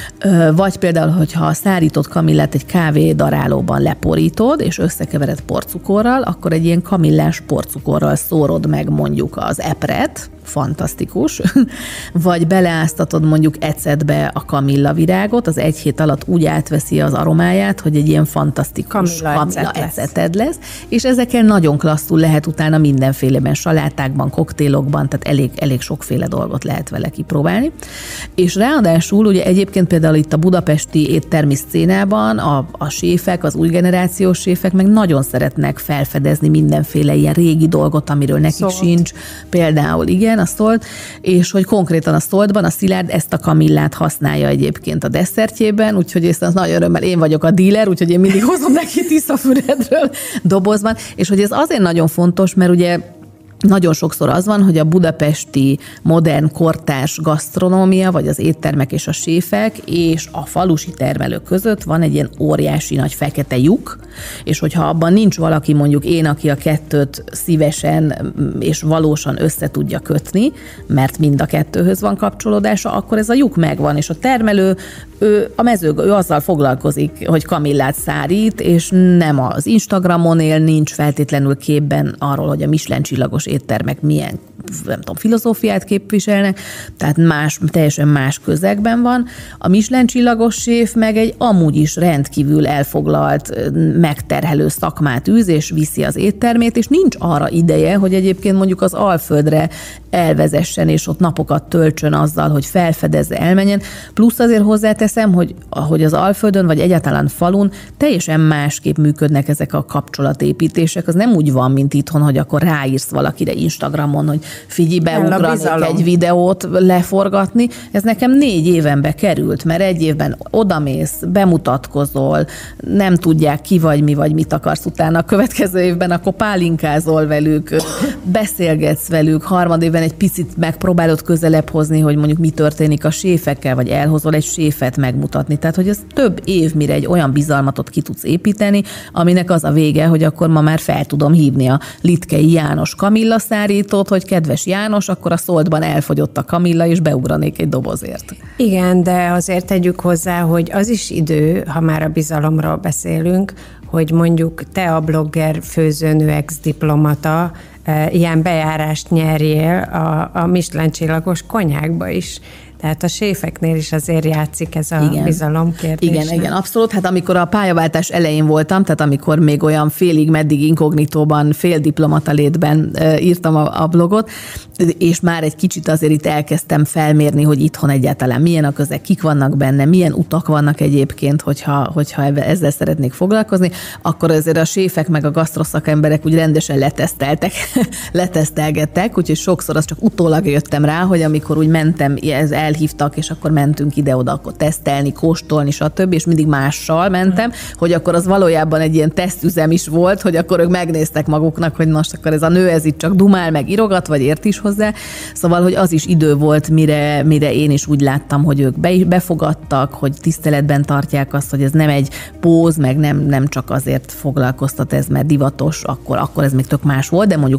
Vagy például, hogyha a szárított kamillát egy kávé darálóban leporítod, és összekevered porcukorral, akkor egy ilyen kamillás porcukorral szórod meg mondjuk az epret, fantasztikus, vagy beleáztatod mondjuk ecetbe a kamillavirágot, az egy hét alatt úgy átveszi az aromáját, hogy egy ilyen fantasztikus kamilla, kamilla eceted lesz. lesz, és ezekkel nagyon klasszul lehet utána mindenféleben, salátákban, koktélokban, tehát elég, elég sokféle dolgot lehet vele kipróbálni. És ráadásul ugye egyébként például itt a budapesti éttermi szcénában a, a séfek, az új generációs séfek meg nagyon szeretnek felfedezni mindenféle ilyen régi dolgot, amiről nekik szóval. sincs. Például igen, a Szolt, és hogy konkrétan a Szoltban a Szilárd ezt a kamillát használja egyébként a desszertjében, úgyhogy ezt az nagy örömmel én vagyok a díler, úgyhogy én mindig hozom neki Tiszafüredről dobozban, és hogy ez azért nagyon fontos, mert ugye nagyon sokszor az van, hogy a budapesti modern kortárs gasztronómia, vagy az éttermek és a séfek és a falusi termelők között van egy ilyen óriási nagy fekete lyuk, és hogyha abban nincs valaki, mondjuk én, aki a kettőt szívesen és valósan össze tudja kötni, mert mind a kettőhöz van kapcsolódása, akkor ez a lyuk megvan, és a termelő ő a mező, ő azzal foglalkozik, hogy kamillát szárít, és nem az Instagramon él, nincs feltétlenül képben arról, hogy a Michelin csillagos éttermek milyen, nem tudom, filozófiát képviselnek, tehát más, teljesen más közegben van. A Michelin csillagos séf meg egy amúgy is rendkívül elfoglalt, megterhelő szakmát űz, és viszi az éttermét, és nincs arra ideje, hogy egyébként mondjuk az Alföldre elvezessen, és ott napokat töltsön azzal, hogy felfedezze, elmenjen. Plusz azért hozzáteszem, hogy ahogy az Alföldön, vagy egyáltalán falun teljesen másképp működnek ezek a kapcsolatépítések. Az nem úgy van, mint itthon, hogy akkor ráírsz valakire Instagramon, hogy figyelj, beugranék egy videót leforgatni. Ez nekem négy évenbe került, mert egy évben odamész, bemutatkozol, nem tudják ki vagy mi vagy mit akarsz utána. A következő évben akkor pálinkázol velük, beszélgetsz velük, harmad évben egy picit megpróbálod közelebb hozni, hogy mondjuk mi történik a séfekkel, vagy elhozol egy séfet megmutatni. Tehát, hogy ez több év, mire egy olyan bizalmatot ki tudsz építeni, aminek az a vége, hogy akkor ma már fel tudom hívni a Litkei János kamilla szárítót, hogy kedves János, akkor a Szoltban elfogyott a kamilla, és beugranék egy dobozért. Igen, de azért tegyük hozzá, hogy az is idő, ha már a bizalomról beszélünk, hogy mondjuk te a blogger főzőnő ex-diplomata ilyen bejárást nyerjél a, a Michelin csillagos konyhákba is. Tehát a séfeknél is azért játszik ez a igen. bizalom kérdés. Igen, igen, abszolút. Hát amikor a pályaváltás elején voltam, tehát amikor még olyan félig meddig inkognitóban, fél diplomata létben írtam a, a blogot, és már egy kicsit azért itt elkezdtem felmérni, hogy itthon egyáltalán milyen a közeg, kik vannak benne, milyen utak vannak egyébként, hogyha, hogyha ezzel szeretnék foglalkozni, akkor azért a séfek meg a gasztroszakemberek úgy rendesen leteszteltek, letesztelgettek, úgyhogy sokszor az csak utólag jöttem rá, hogy amikor úgy mentem, ez elhívtak, és akkor mentünk ide-oda, akkor tesztelni, kóstolni, stb., és mindig mással mentem, hogy akkor az valójában egy ilyen tesztüzem is volt, hogy akkor ők megnéztek maguknak, hogy most akkor ez a nő, ez itt csak dumál, meg irogat, vagy ért is hozzá. Szóval, hogy az is idő volt, mire, mire én is úgy láttam, hogy ők be, befogadtak, hogy tiszteletben tartják azt, hogy ez nem egy póz, meg nem, nem csak azért foglalkoztat ez, mert divatos, akkor, akkor ez még tök más volt, de mondjuk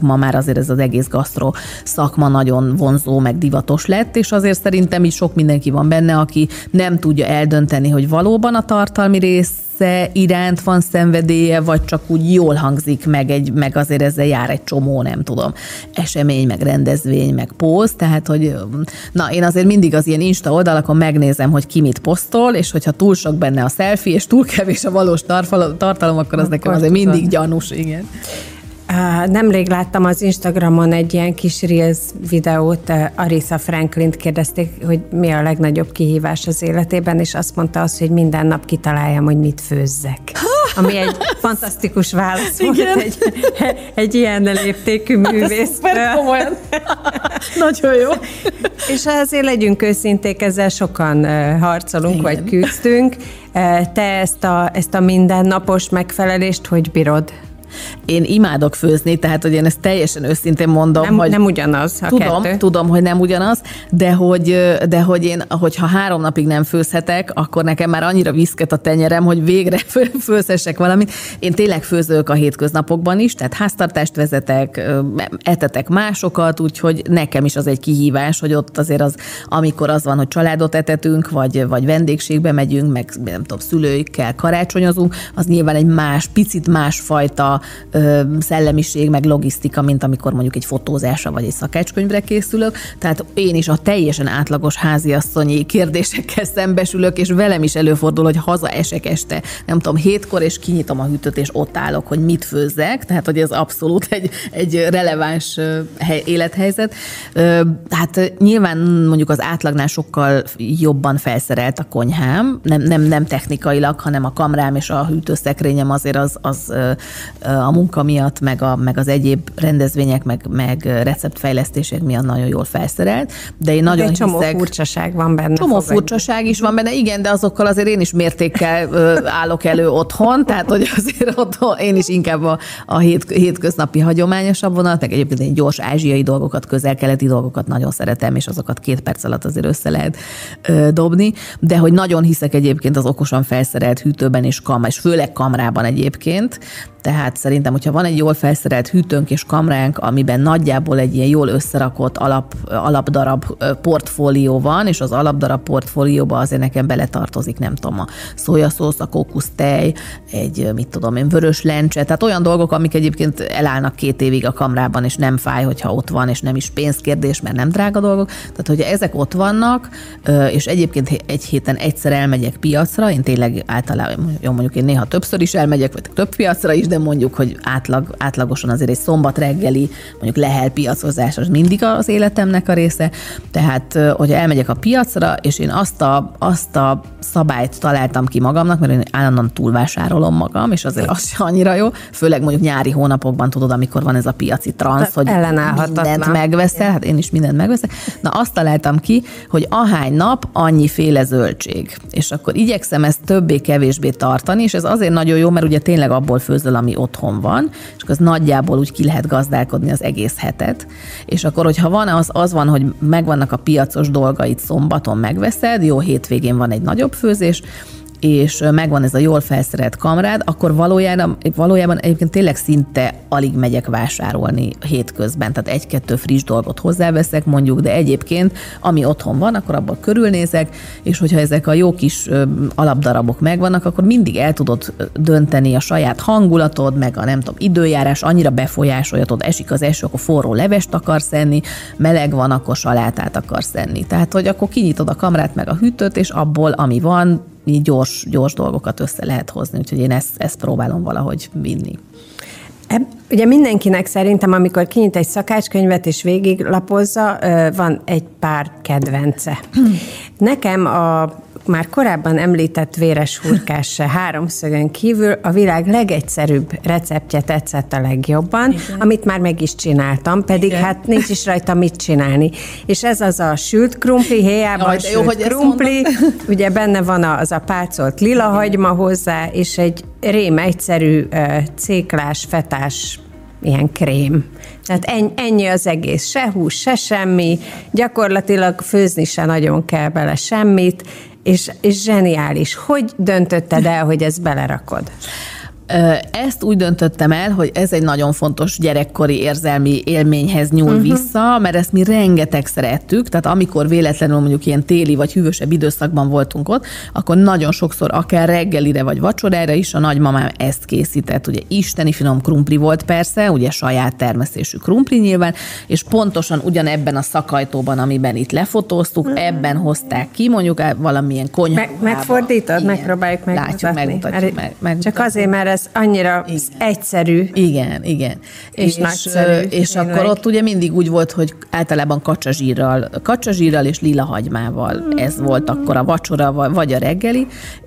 ma már azért ez az egész gasztro szakma nagyon vonzó, meg divatos lett, és azért szerintem így sok mindenki van benne, aki nem tudja eldönteni, hogy valóban a tartalmi rész iránt van szenvedélye, vagy csak úgy jól hangzik meg, egy, meg azért ezzel jár egy csomó, nem tudom, esemény, meg rendezvény, meg póz, tehát, hogy na, én azért mindig az ilyen Insta oldalakon megnézem, hogy ki mit posztol, és hogyha túl sok benne a selfie, és túl kevés a valós tartalom, akkor az akkor nekem azért mindig gyanús, igen. Nemrég láttam az Instagramon egy ilyen kis Reels videót, Aretha Franklint kérdezték, hogy mi a legnagyobb kihívás az életében, és azt mondta azt, hogy minden nap kitaláljam, hogy mit főzzek. Ami egy fantasztikus válasz volt egy, egy ilyen léptékű művész. komolyan. Nagyon jó. És azért legyünk őszinték, ezzel sokan harcolunk, igen, vagy küzdünk. Te ezt a, ezt a mindennapos megfelelést hogy bírod? Én imádok főzni, tehát hogy én ezt teljesen őszintén mondom, nem, hogy... Nem ugyanaz a tudom, kettő. Tudom, hogy nem ugyanaz, de hogy, de hogy én, hogyha három napig nem főzhetek, akkor nekem már annyira viszket a tenyerem, hogy végre főzhessek valamit. Én tényleg főzök a hétköznapokban is, tehát háztartást vezetek, etetek másokat, úgyhogy nekem is az egy kihívás, hogy ott azért az, amikor az van, hogy családot etetünk, vagy, vagy vendégségbe megyünk, meg nem tudom, szülőikkel karácsonyozunk, az nyilván egy más, picit másfajta szellemiség, meg logisztika, mint amikor mondjuk egy fotózásra vagy egy szakácskönyvre készülök. Tehát én is a teljesen átlagos háziasszonyi kérdésekkel szembesülök, és velem is előfordul, hogy hazaesek este, nem tudom, hétkor, és kinyitom a hűtőt, és ott állok, hogy mit főzzek. Tehát, hogy ez abszolút egy, egy releváns élethelyzet. Hát nyilván mondjuk az átlagnál sokkal jobban felszerelt a konyhám, nem, nem, nem technikailag, hanem a kamrám és a hűtőszekrényem azért az, az a munka miatt, meg, a, meg az egyéb rendezvények, meg, meg receptfejlesztések miatt nagyon jól felszerelt, de én nagyon de hiszek... Csomó furcsaság van benne. Csomó furcsaság is van benne, igen, de azokkal azért én is mértékkel ö, állok elő otthon, tehát hogy azért otthon én is inkább a, a hét, hétköznapi hagyományosabb vonalat, meg egyébként egy gyors ázsiai dolgokat, közel-keleti dolgokat nagyon szeretem, és azokat két perc alatt azért össze lehet ö, dobni, de hogy nagyon hiszek egyébként az okosan felszerelt hűtőben és kamrában, és főleg kamrában egyébként. Tehát szerintem, hogyha van egy jól felszerelt hűtőnk és kamránk, amiben nagyjából egy ilyen jól összerakott alap, alapdarab portfólió van, és az alapdarab portfólióba azért nekem beletartozik, nem tudom, a szójaszósz, a kókusztej, egy, mit tudom én, vörös lencse, tehát olyan dolgok, amik egyébként elállnak két évig a kamrában, és nem fáj, hogyha ott van, és nem is pénzkérdés, mert nem drága dolgok. Tehát, hogyha ezek ott vannak, és egyébként egy héten egyszer elmegyek piacra, én tényleg általában, jó, mondjuk én néha többször is elmegyek, vagy több piacra is, de mondjuk, hogy átlag, átlagosan azért egy szombat reggeli, mondjuk Lehel piacozás, az mindig az életemnek a része. Tehát, hogyha elmegyek a piacra, és én azt a, azt a szabályt találtam ki magamnak, mert én állandóan túlvásárolom magam, és azért az sem annyira jó, főleg mondjuk nyári hónapokban tudod, amikor van ez a piaci transz, hogy mindent megveszel, hát én is mindent megveszek. Na, azt találtam ki, hogy ahány nap, annyiféle zöldség. És akkor igyekszem ezt többé-kevésbé tartani, és ez azért nagyon jó, mert ugye tényleg abból főzöl, ami otthon van, és akkor az nagyjából úgy ki lehet gazdálkodni az egész hetet. És akkor, hogyha van, az, az van, hogy megvannak a piacos dolgait, szombaton megveszed, jó, hétvégén van egy nagyobb főzés, és megvan ez a jól felszerelt kamrád, akkor valójában, valójában egyébként tényleg szinte alig megyek vásárolni hétközben, tehát egy-kettő friss dolgot hozzáveszek mondjuk, de egyébként ami otthon van, akkor abban körülnézek, és hogyha ezek a jó kis alapdarabok megvannak, akkor mindig el tudod dönteni a saját hangulatod, meg a nem tudom, időjárás annyira befolyásolja, tudod, esik az eső, akkor forró levest akarsz enni, meleg van, akkor salátát akarsz enni. Tehát, hogy akkor kinyitod a kamrát meg a hűtőt, és abból, ami van, így gyors, gyors dolgokat össze lehet hozni, úgyhogy én ezt, ezt próbálom valahogy vinni. Ugye mindenkinek szerintem, amikor kinyit egy szakácskönyvet és végiglapozza, van egy pár kedvence. Nekem a már korábban említett véres hurkás háromszögön kívül a világ legegyszerűbb receptje tetszett a legjobban, igen, amit már meg is csináltam, pedig igen, hát nincs is rajta mit csinálni. És ez az a sült krumpli, héjában sült jó, hogy krumpli, ugye benne van az a pácolt lila hagyma hozzá, és egy rém egyszerű céklás, fetás ilyen krém. Tehát ennyi az egész, se hús, se semmi, gyakorlatilag főzni se nagyon kell bele semmit, és, és zseniális. Hogy döntötted el, hogy ezt belerakod? Ezt úgy döntöttem el, hogy ez egy nagyon fontos gyerekkori érzelmi élményhez nyúl uh-huh. vissza, mert ezt mi rengetegszer ettük, tehát amikor véletlenül mondjuk ilyen téli vagy hűvösebb időszakban voltunk ott, akkor nagyon sokszor akár reggelire vagy vacsorára is a nagymamám ezt készített. Ugye isteni finom krumpli volt persze, ugye saját termesztésű krumpli nyilván, és pontosan ugyanebben a szakajtóban, amiben itt lefotóztuk, uh-huh. ebben hozták ki, mondjuk valamilyen konyha. Me- megfordítod? Igen. Megpróbáljuk megmutatni. Látjuk, megmutatjuk. Meg, megmutatjuk. Csak azért, mert ez annyira igen. egyszerű. Igen, igen. És, és nagyszerű. És tényleg. Akkor ott ugye mindig úgy volt, hogy általában kacsazsírral, kacsazsírral és lila hagymával. Mm. Ez volt akkor a vacsora, vagy a reggeli.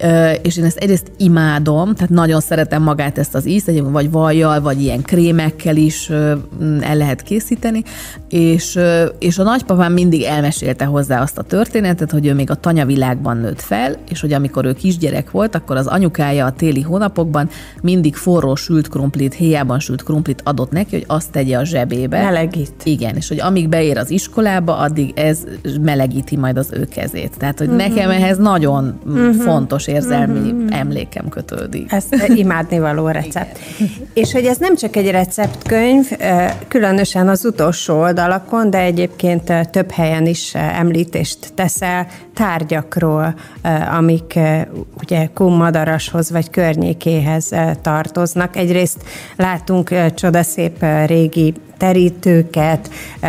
És én ezt egyrészt imádom, tehát nagyon szeretem magát ezt az ízt, vagy vajjal, vagy ilyen krémekkel is el lehet készíteni. És, és a nagypapám mindig elmesélte hozzá azt a történetet, hogy ő még a tanyavilágban nőtt fel, és hogy amikor ő kisgyerek volt, akkor az anyukája a téli hónapokban mindig forró sült krumplit, héjában sült krumplit adott neki, hogy azt tegye a zsebébe. Melegít. Igen, és hogy amíg beér az iskolába, addig ez melegíti majd az ő kezét. Tehát, hogy uh-huh. nekem ehhez nagyon uh-huh. fontos érzelmi uh-huh. emlékem kötődik. Ez imádnivaló recept. És hogy ez nem csak egy receptkönyv, különösen az utolsó oldalakon, de egyébként több helyen is említést teszel tárgyakról, amik ugye Kunmadarashoz vagy környékéhez tartoznak. Egyrészt látunk csodaszép régi terítőket,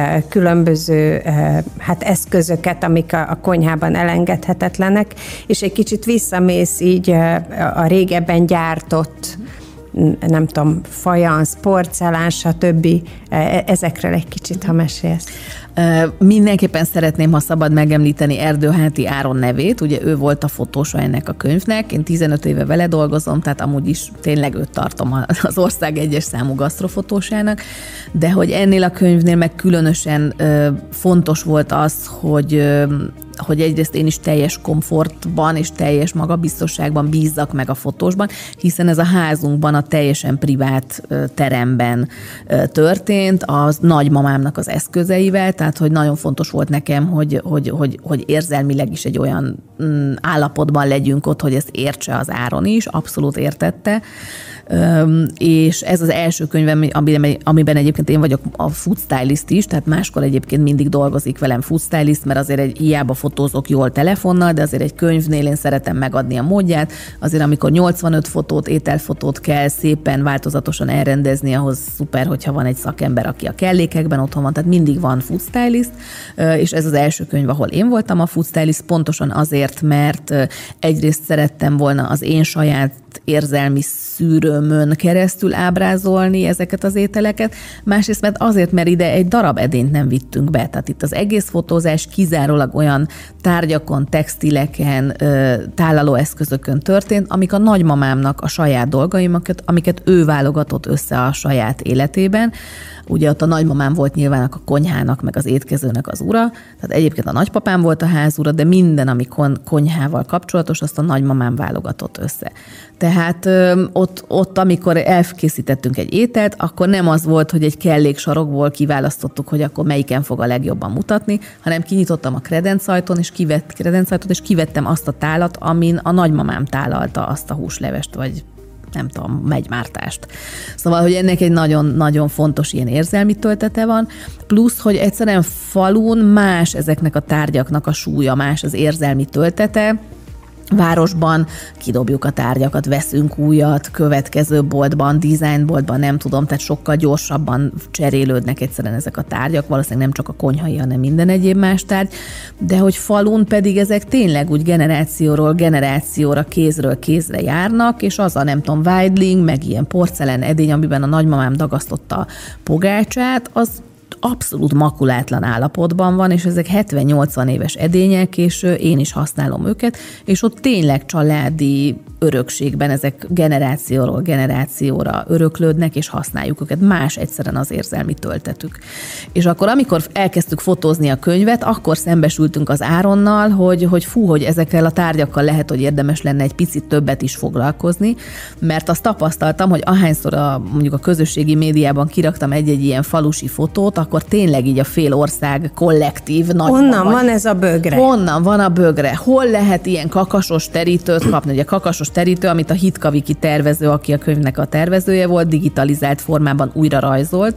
különböző hát eszközöket, amik a konyhában elengedhetetlenek, és egy kicsit visszamész így a régebben gyártott, nem tudom, fajansz, porcelán, stb. Ezekről egy kicsit, ha mesélsz. Mindenképpen szeretném, ha szabad megemlíteni Erdőháti Áron nevét, ugye ő volt a fotósa ennek a könyvnek, én tizenöt éve vele dolgozom, tehát amúgy is tényleg őt tartom az ország egyes számú gasztrofotósának, de hogy ennél a könyvnél meg különösen fontos volt az, hogy hogy egyrészt én is teljes komfortban és teljes magabiztosságban bízzak meg a fotósban, hiszen ez a házunkban, a teljesen privát teremben történt, az nagymamámnak az eszközeivel, tehát hogy nagyon fontos volt nekem, hogy, hogy, hogy, hogy érzelmileg is egy olyan állapotban legyünk ott, hogy ezt értse az Áron is, abszolút értette. És ez az első könyvem, amiben egyébként én vagyok a food stylist is, tehát máskor egyébként mindig dolgozik velem food stylist, mert azért egy hiába fotózok jól telefonnal, de azért egy könyvnél én szeretem megadni a módját, azért amikor nyolcvanöt fotót, ételfotót kell szépen, változatosan elrendezni, ahhoz szuper, hogyha van egy szakember, aki a kellékekben otthon van, tehát mindig van food stylist, és ez az első könyv, ahol én voltam a food stylist, pontosan azért, mert egyrészt szerettem volna az én saját érzelmi szűrőmön keresztül ábrázolni ezeket az ételeket, másrészt mert azért, mert ide egy darab edényt nem vittünk be. Tehát itt az egész fotózás kizárólag olyan tárgyakon, textileken, tálalóeszközökön történt, amik a nagymamámnak a saját dolgaimakat, amiket ő válogatott össze a saját életében. Ugye ott a nagymamám volt nyilván a konyhának, meg az étkezőnek az ura, tehát egyébként a nagypapám volt a házura, de minden, ami konyhával kapcsolatos, azt a nagymamám válogatott össze. Tehát ö, ott, ott, amikor elkészítettünk egy ételt, akkor nem az volt, hogy egy kelléksarokból kiválasztottuk, hogy akkor melyiken fog a legjobban mutatni, hanem kinyitottam a kredencajton, és, kivett, kredencajtot, és kivettem azt a tálat, amin a nagymamám tálalta azt a húslevest, vagy nem tudom, megymártást. Szóval, hogy ennek egy nagyon-nagyon fontos ilyen érzelmi töltete van, plusz, hogy egyszerűen falun más ezeknek a tárgyaknak a súlya, más az érzelmi töltete. Városban kidobjuk a tárgyakat, veszünk újat, következő boltban, designboltban, nem tudom, tehát sokkal gyorsabban cserélődnek egyszerűen ezek a tárgyak, valószínűleg nem csak a konyhai, hanem minden egyéb más tárgy, de hogy falun pedig ezek tényleg úgy generációról generációra, kézről kézre járnak, és az a nem tudom, Weidling, meg ilyen porcelán edény, amiben a nagymamám dagasztotta a pogácsát, az abszolút makulátlan állapotban van, és ezek hetven-nyolcvan éves edények, és én is használom őket, és ott tényleg családi örökségben ezek generációról generációra öröklődnek, és használjuk őket. Más egyszerűen az érzelmi töltetük. És akkor, amikor elkezdtük fotózni a könyvet, akkor szembesültünk az Áronnal, hogy, hogy fú, hogy ezekkel a tárgyakkal lehet, hogy érdemes lenne egy picit többet is foglalkozni, mert azt tapasztaltam, hogy ahányszor a, mondjuk a közösségi médiában kiraktam egy-egy ilyen falusi fotót, akkor tényleg így a fél ország kollektív nagy. Honnan van ez a bögre? Honnan van a bögre? Hol lehet ilyen kakasos terítőt kapni? Ugye kakasos terítő, amit a Hitkaviki tervező, aki a könyvnek a tervezője volt, digitalizált formában újra rajzolt,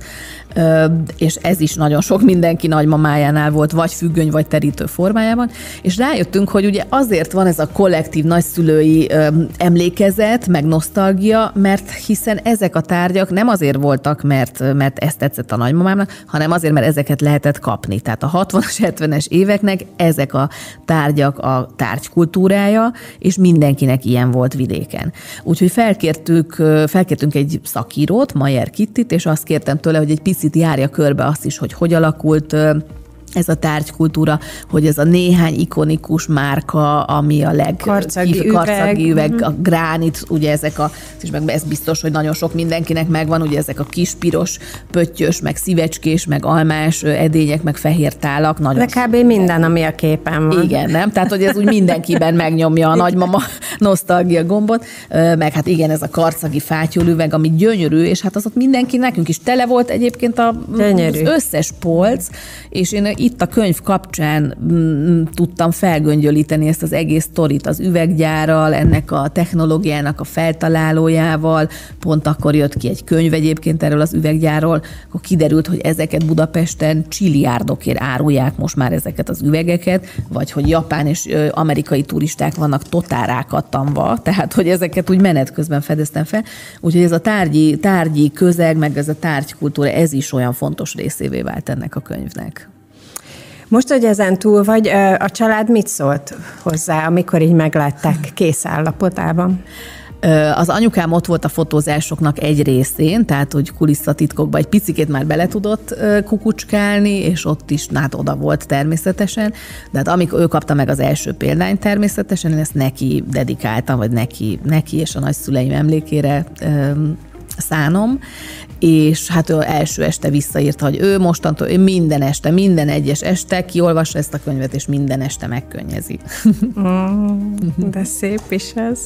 és ez is nagyon sok mindenki nagymamájánál volt, vagy függöny, vagy terítő formájában, és rájöttünk, hogy ugye azért van ez a kollektív nagyszülői emlékezet, meg nosztalgia, mert hiszen ezek a tárgyak nem azért voltak, mert, mert ezt tetszett a nagymamámnak, hanem azért, mert ezeket lehetett kapni. Tehát a hatvanas, hetvenes éveknek ezek a tárgyak a tárgykultúrája, és mindenkinek ilyen volt vidéken. Úgyhogy felkértük, felkértünk egy szakírót, Mayer Kittit, és azt kértem tőle, hogy egy picit járja körbe azt is, hogy hogy alakult ez a tárgykultúra, hogy ez a néhány ikonikus márka, ami a leg... Karcagi üveg. Karcagi üveg, uh-huh. A gránit, ugye ezek a... És meg ez biztos, hogy nagyon sok mindenkinek megvan, ugye ezek a kis piros, pöttyös, meg szívecskés, meg almás edények, meg fehér tálak. Nagyon de kb. Minden, ami a képen van. Igen, nem? Tehát, hogy ez úgy mindenkiben megnyomja a nagymama nosztalgia gombot. Meg hát igen, ez a karcagi fátyolüveg, ami gyönyörű, és hát az ott mindenki, nekünk is tele volt egyébként a, az összes polc, és én itt a könyv kapcsán m, tudtam felgöngyölíteni ezt az egész sztorit az üveggyárral, ennek a technológiának a feltalálójával. Pont akkor jött ki egy könyv egyébként erről az üveggyárról, akkor kiderült, hogy ezeket Budapesten csilliárdokért árulják most már ezeket az üvegeket, vagy hogy japán és amerikai turisták vannak totál rákattanva, tehát hogy ezeket úgy menet közben fedeztem fel. Úgyhogy ez a tárgyi, tárgyi közeg, meg ez a tárgykultúra, ez is olyan fontos részévé vált ennek a könyvnek. Most, hogy ezen túl vagy, a család mit szólt hozzá, amikor így meglátták kész állapotában? Az anyukám ott volt a fotózásoknak egy részén, tehát hogy kulisszatitkokba egy picikét már bele tudott kukucskálni, és ott is, hát oda volt természetesen, de hát amikor ő kapta meg az első példányt természetesen, én ezt neki dedikáltam, vagy neki, neki és a nagyszüleim emlékére szánom, és hát ő első este visszaírta, hogy ő mostantól ő minden este, minden egyes este kiolvassa ezt a könyvet, és minden este megkönnyezi. Mm, de szép is ez.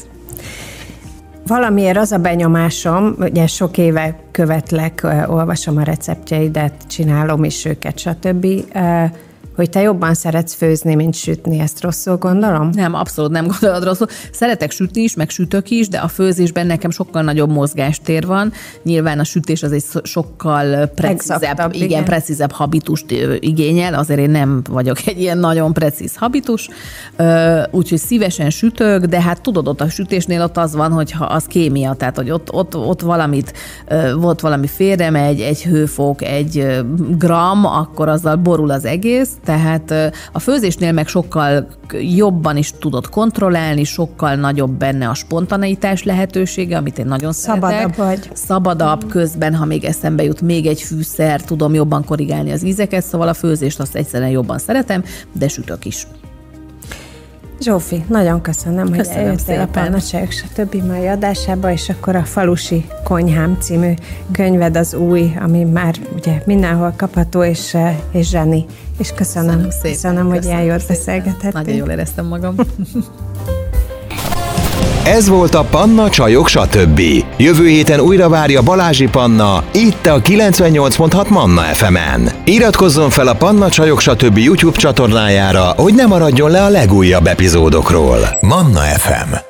Valamiért az a benyomásom, ugye sok éve követlek, olvasom a receptjeidet, csinálom is őket, stb., hogy te jobban szeretsz főzni, mint sütni. Ezt rosszul gondolom? Nem, abszolút nem gondolod rosszul. Szeretek sütni is, meg sütök is, de a főzésben nekem sokkal nagyobb mozgástér van. Nyilván a sütés az egy sokkal precízebb, igen, igen, precízebb habitust igényel, azért én nem vagyok egy ilyen nagyon precíz habitus, úgyhogy szívesen sütök, de hát tudod, ott a sütésnél ott az van, hogy ha az kémia, tehát hogy ott, ott, ott valamit, ott valami félremegy, egy hőfok, egy gram, akkor azzal borul az egész. Tehát a főzésnél meg sokkal jobban is tudod kontrollálni, sokkal nagyobb benne a spontaneitás lehetősége, amit én nagyon Szabadabb szeretek. vagy. Szabadabb, közben, ha még eszembe jut még egy fűszer, tudom jobban korrigálni az ízeket, szóval a főzést azt egyszerűen jobban szeretem, de sütök is. Zsófi, nagyon köszönöm, köszönöm hogy eljöttél a Pannacsajok stb. Mai adásába, és akkor a Falusi Konyhám című könyved az új, ami már ugye mindenhol kapható, és, és zseni. És köszönöm, köszönöm, szépen, köszönöm hogy ilyen jól beszélgethettünk. Nagyon jól éreztem magam. Ez volt a Panna Csajok stb. Jövő héten újra várja Balázsi Panna, itt a kilencvennyolc pont hat Manna ef emen. Iratkozzon fel a Panna Csajok stb. YouTube csatornájára, hogy ne maradjon le a legújabb epizódokról. Manna ef em.